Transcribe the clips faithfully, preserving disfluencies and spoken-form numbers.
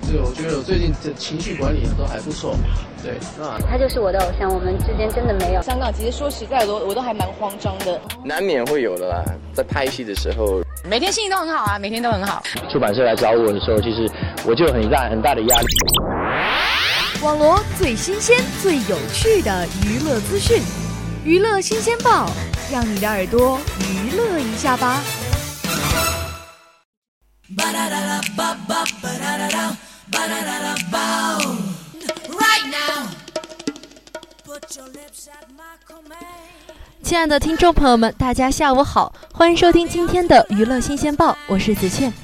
对，我觉得我最近的情绪管理都还不错。对，那他就是我的偶像，我们之间真的没有。 香港其实说实在的，我都还蛮慌张的， 难免会有的啦。在拍戏的时候， 每天心情都很好啊，每天都很好。 出版社来找我的时候，其实我就有很大很大的压力。 网罗最新鲜、最有趣的娱乐资讯，娱乐新鲜报，让你的耳朵娱乐一下吧。亲爱的听众朋友们，大家下午好，欢迎收听今天的娱乐新鲜报，我是子倩。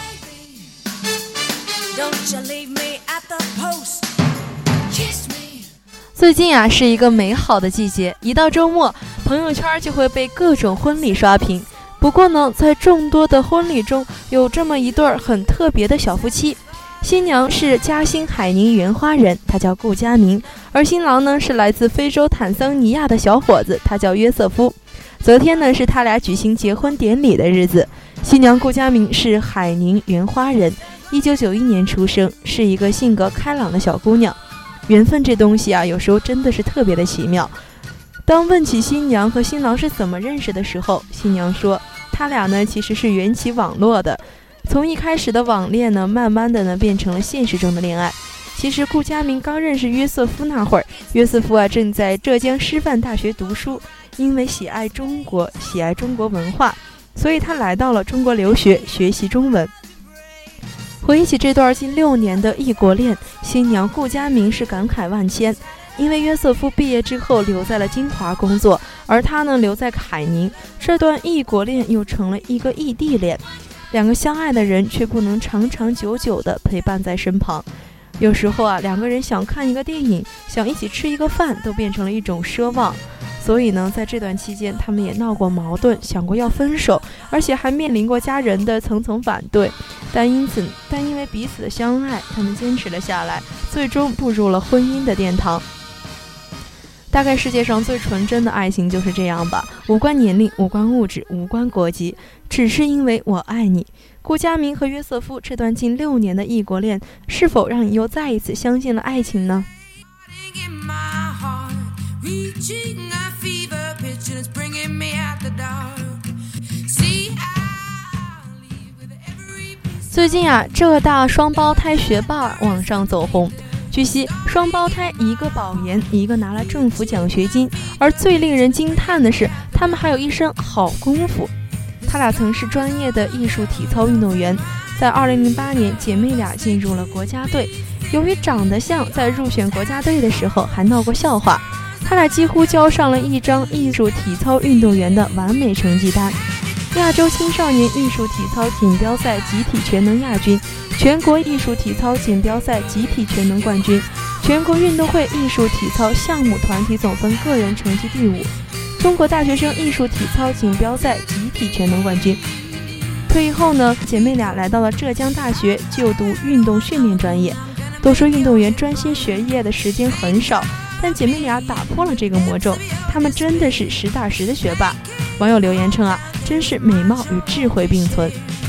最近啊是一个美好的季节，一到周末，朋友圈就会被各种婚礼刷屏。不过呢，在众多的婚礼中，有这么一对很特别的小夫妻。新娘是嘉兴海宁原花人，他叫顾佳明，而新郎呢是来自非洲坦桑尼亚的小伙子，他叫约瑟夫。昨天呢是他俩举行结婚典礼的日子。新娘顾佳明是海宁原花人，一九九一年出生，是一个性格开朗的小姑娘。缘分这东西啊，有时候真的是特别的奇妙。当问起新娘和新郎是怎么认识的时候，新娘说他俩呢其实是缘起网络的。从一开始的网恋呢，慢慢的呢变成了现实中的恋爱。其实顾佳明刚认识约瑟夫那会儿，约瑟夫啊正在浙江师范大学读书，因为喜爱中国，喜爱中国文化，所以他来到了中国留学，学习中文。回忆起这段近六年的异国恋，新娘顾佳明是感慨万千。因为约瑟夫毕业之后留在了金华工作，而他呢留在海宁，这段异国恋又成了一个异地恋。两个相爱的人却不能长长久久地陪伴在身旁。有时候啊，两个人想看一个电影，想一起吃一个饭，都变成了一种奢望。所以呢，在这段期间，他们也闹过矛盾，想过要分手，而且还面临过家人的层层反对。但因此，但因为彼此的相爱，他们坚持了下来，最终步入了婚姻的殿堂。大概世界上最纯真的爱情就是这样吧，无关年龄，无关物质，无关国籍，只是因为我爱你。顾佳明和约瑟夫这段近六年的异国恋，是否让你又再一次相信了爱情呢？最近啊，浙大双胞胎学霸网上走红。据悉，双胞胎一个保研，一个拿了政府奖学金，而最令人惊叹的是，他们还有一身好功夫。他俩曾是专业的艺术体操运动员，在二零零八年，姐妹俩进入了国家队。由于长得像，在入选国家队的时候还闹过笑话。他俩几乎交上了一张艺术体操运动员的完美成绩单。亚洲青少年艺术体操锦标赛集体全能亚军，全国艺术体操锦标赛集体全能冠军，全国运动会艺术体操项目团体总分个人成绩第五，中国大学生艺术体操锦标赛集体全能冠军。退役后呢，姐妹俩来到了浙江大学就读运动训练专业。都说运动员专心学业的时间很少，但姐妹俩打破了这个魔咒，她们真的是实打实的学霸。网友留言称啊，真是美貌与智慧并存。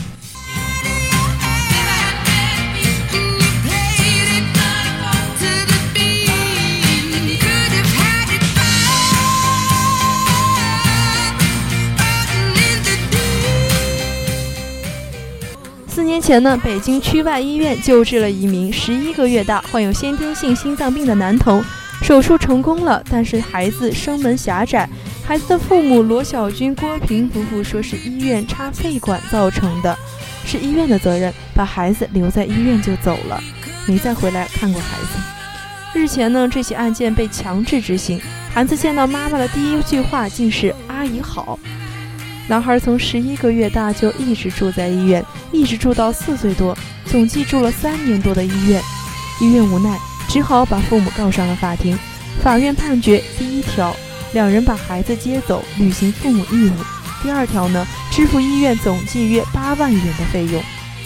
四年前呢，北京区外医院救治了一名十一个月大患有先天性心脏病的男童，手术成功了，但是孩子生门狭窄。孩子的父母罗小军、郭平夫妇说是医院插肺管造成的，是医院的责任，把孩子留在医院就走了，没再回来看过孩子。日前呢，这起案件被强制执行，孩子见到妈妈的第一句话竟是阿姨好。男孩从十一个月大就一直住在医院，一直住到四岁多，总计住了三年多的医院。医院无奈，只好把父母告上了法庭。法院判决：第一条，两人把孩子接走，履行父母义务；第二条呢，支付医院总计约八万元的费用。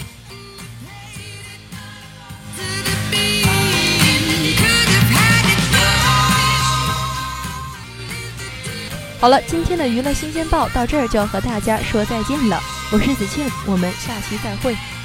好了，今天的娱乐新鲜报到这儿就要和大家说再见了，我是子倩，我们下期再会。